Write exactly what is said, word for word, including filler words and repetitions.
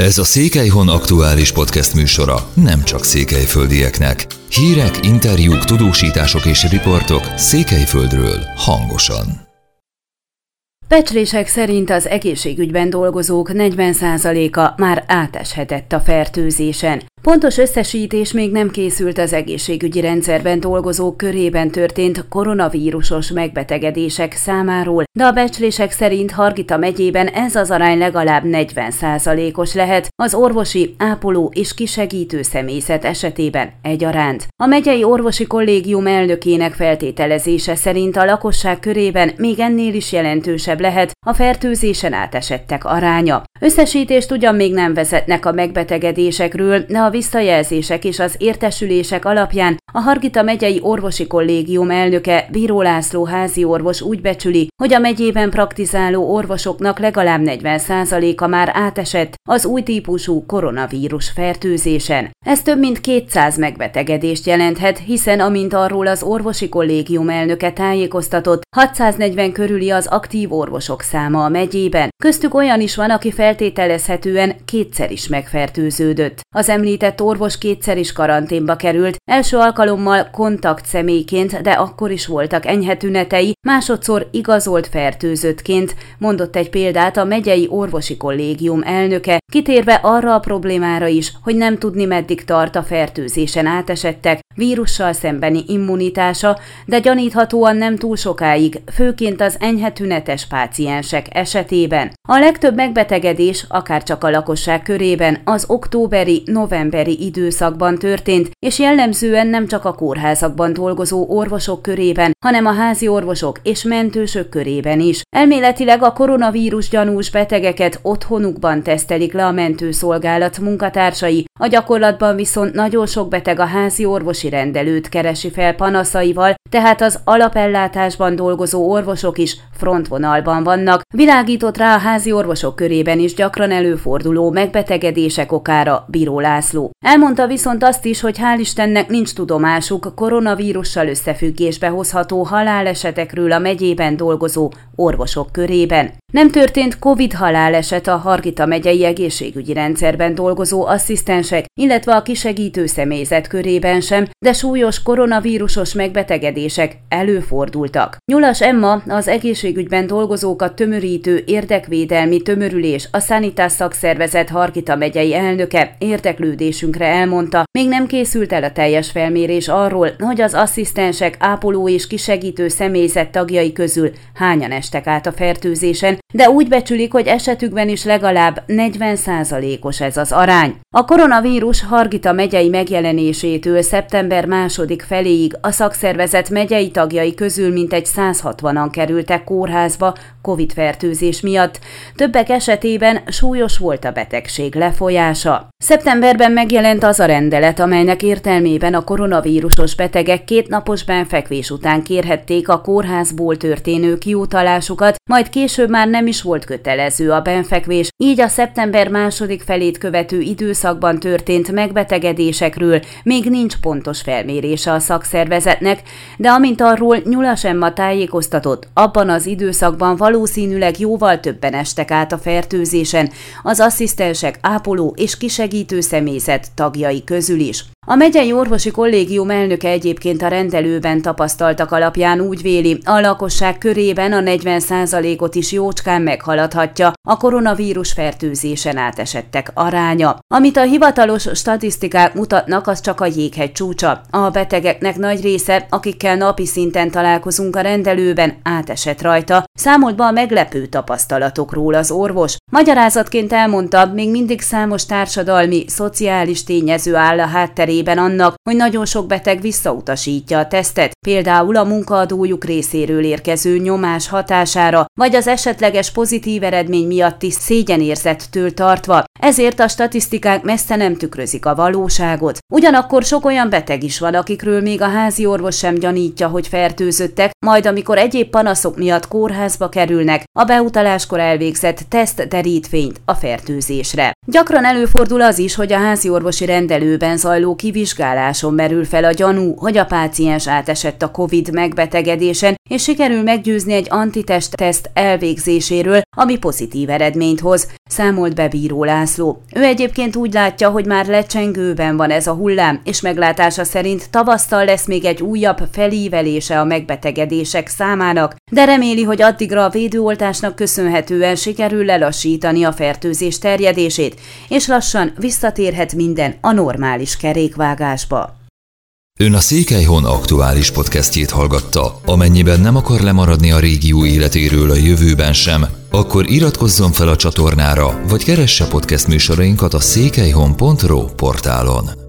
Ez a Székelyhon aktuális podcast műsora nem csak székelyföldieknek. Hírek, interjúk, tudósítások és riportok Székelyföldről hangosan. Becslések szerint az egészségügyben dolgozók negyven százaléka már áteshetett a fertőzésen. Pontos összesítés még nem készült az egészségügyi rendszerben dolgozók körében történt koronavírusos megbetegedések számáról, de a becslések szerint Hargita megyében ez az arány legalább negyven százalékos lehet az orvosi, ápoló és kisegítő személyzet esetében egyaránt. A megyei orvosi kollégium elnökének feltételezése szerint a lakosság körében még ennél is jelentősebb lehet a fertőzésen átesettek aránya. Összesítést ugyan még nem vezetnek a megbetegedésekről, de a visszajelzések és az értesülések alapján a Hargita megyei orvosi kollégium elnöke Bíró László háziorvos úgy becsüli, hogy a megyében praktizáló orvosoknak legalább negyven százaléka már átesett az új típusú koronavírus fertőzésen. Ez több mint kétszáz megbetegedést jelenthet, hiszen amint arról az orvosi kollégium elnöke tájékoztatott, hatszáznegyven körüli az aktív orvosok száma a megyében. Köztük olyan is van, aki feltételezhetően kétszer is megfertőződött. Az említett orvos kétszer is karanténba került, első alkalommal kontakt személyként, de akkor is voltak enyhe tünetei, másodszor igazolt fertőzöttként, mondott egy példát a megyei orvosi kollégium elnöke, kitérve arra a problémára is, hogy nem tudni meddig tart a fertőzésen átesettek vírussal szembeni immunitása, de gyaníthatóan nem túl sokáig, főként az enyhe tünetes páciensek esetében. A legtöbb megbetegedés, akárcsak a lakosság körében az októberi, novemberi időszakban történt, és jellemzően nem csak a kórházakban dolgozó orvosok körében, hanem a házi orvosok és mentősök körében is. Elméletileg a koronavírus gyanús betegeket otthonukban tesztelik le a mentőszolgálat munkatársai, a gyakorlatban viszont nagyon sok beteg a házi orvosi rendelőt keresi fel panaszaival, tehát az alapellátásban dolgozó orvosok is frontvonalban vannak, világított rá a házi orvosok körében is gyakran előforduló megbetegedések okára Bíró László. Elmondta viszont azt is, hogy hál' Istennek nincs tudomásuk koronavírussal összefüggésbe hozható halálesetekről a megyében dolgozó orvosok körében. Nem történt Covid haláleset a Hargita megyei egészségügyi rendszerben dolgozó asszisztensek, illetve a kisegítő személyzet körében sem, de súlyos koronavírusos megbetegedések előfordultak. Nyulas Emma, az egészségügyben dolgozókat tömörítő érdekvédelmi tömörülés, a Sanitas szakszervezet Hargita megyei elnöke érdeklődésünkre elmondta, még nem készült el a teljes felmérés arról, hogy az asszisztensek, ápoló és kisegítő személyzet tagjai közül hányan estek át a fertőzésen, de úgy becsülik, hogy esetükben is legalább negyven százalékos ez az arány. A koronavírus Hargita megyei megjelenésétől szeptember második feléig a szakszervezet megyei tagjai közül mintegy száz hatvanan kerültek kórházba Covid-fertőzés miatt. Többek esetében súlyos volt a betegség lefolyása. Szeptemberben megjelent az a rendelet, amelynek értelmében a koronavírusos betegek kétnapos benfekvés után kérhették a kórházból történő kiutalásukat, majd később már nem is volt kötelező a benfekvés, így a szeptember második felét követő időszakban történt megbetegedésekről még nincs pontos felmérése a szakszervezetnek, de amint arról Nyulas Emma tájékoztatott, abban az időszakban valószínűleg jóval többen estek át a fertőzésen, az asszisztensek, ápoló és kisegítő személyzet tagjai közül is. A megyei orvosi kollégium elnöke egyébként a rendelőben tapasztaltak alapján úgy véli, a lakosság körében a negyven százalékot is jócskán meghaladhatja a koronavírus fertőzésen átesettek aránya. Amit a hivatalos statisztikák mutatnak, az csak a jéghegy csúcsa. A betegeknek nagy része, akikkel napi szinten találkozunk a rendelőben, átesett rajta, számolt be a meglepő tapasztalatokról az orvos. Magyarázatként elmondta, még mindig számos társadalmi, szociális tényező áll a hátterében annak, hogy nagyon sok beteg visszautasítja a tesztet, például a munkaadójuk részéről érkező nyomás hatására, vagy az esetleges pozitív eredmény miatti szégyenérzettől tartva. Ezért a statisztikák messze nem tükrözik a valóságot. Ugyanakkor sok olyan beteg is van, akikről még a házi orvos sem gyanítja, hogy fertőzöttek, majd amikor egyéb panaszok miatt kórházba kerülnek, a beutaláskor elvégzett teszt derít fényt a fertőzésre. Gyakran előfordul az is, hogy a házi orvosi rendelőben zajló kivizsgáláson merül fel a gyanú, hogy a páciens átesett a Covid megbetegedésen, és sikerül meggyőzni egy antitest teszt elvégzéséről, ami pozitív eredményt hoz, számolt be Bíró László. László. Ő egyébként úgy látja, hogy már lecsengőben van ez a hullám, és meglátása szerint tavasztal lesz még egy újabb felívelése a megbetegedések számának, de reméli, hogy addigra a védőoltásnak köszönhetően sikerül lelassítani a fertőzés terjedését, és lassan visszatérhet minden a normális kerékvágásba. Ön a Székelyhon aktuális podcastjét hallgatta. Amennyiben nem akar lemaradni a régió életéről a jövőben sem, akkor iratkozzon fel a csatornára, vagy keresse podcast műsorainkat a székelyhon pont ro portálon.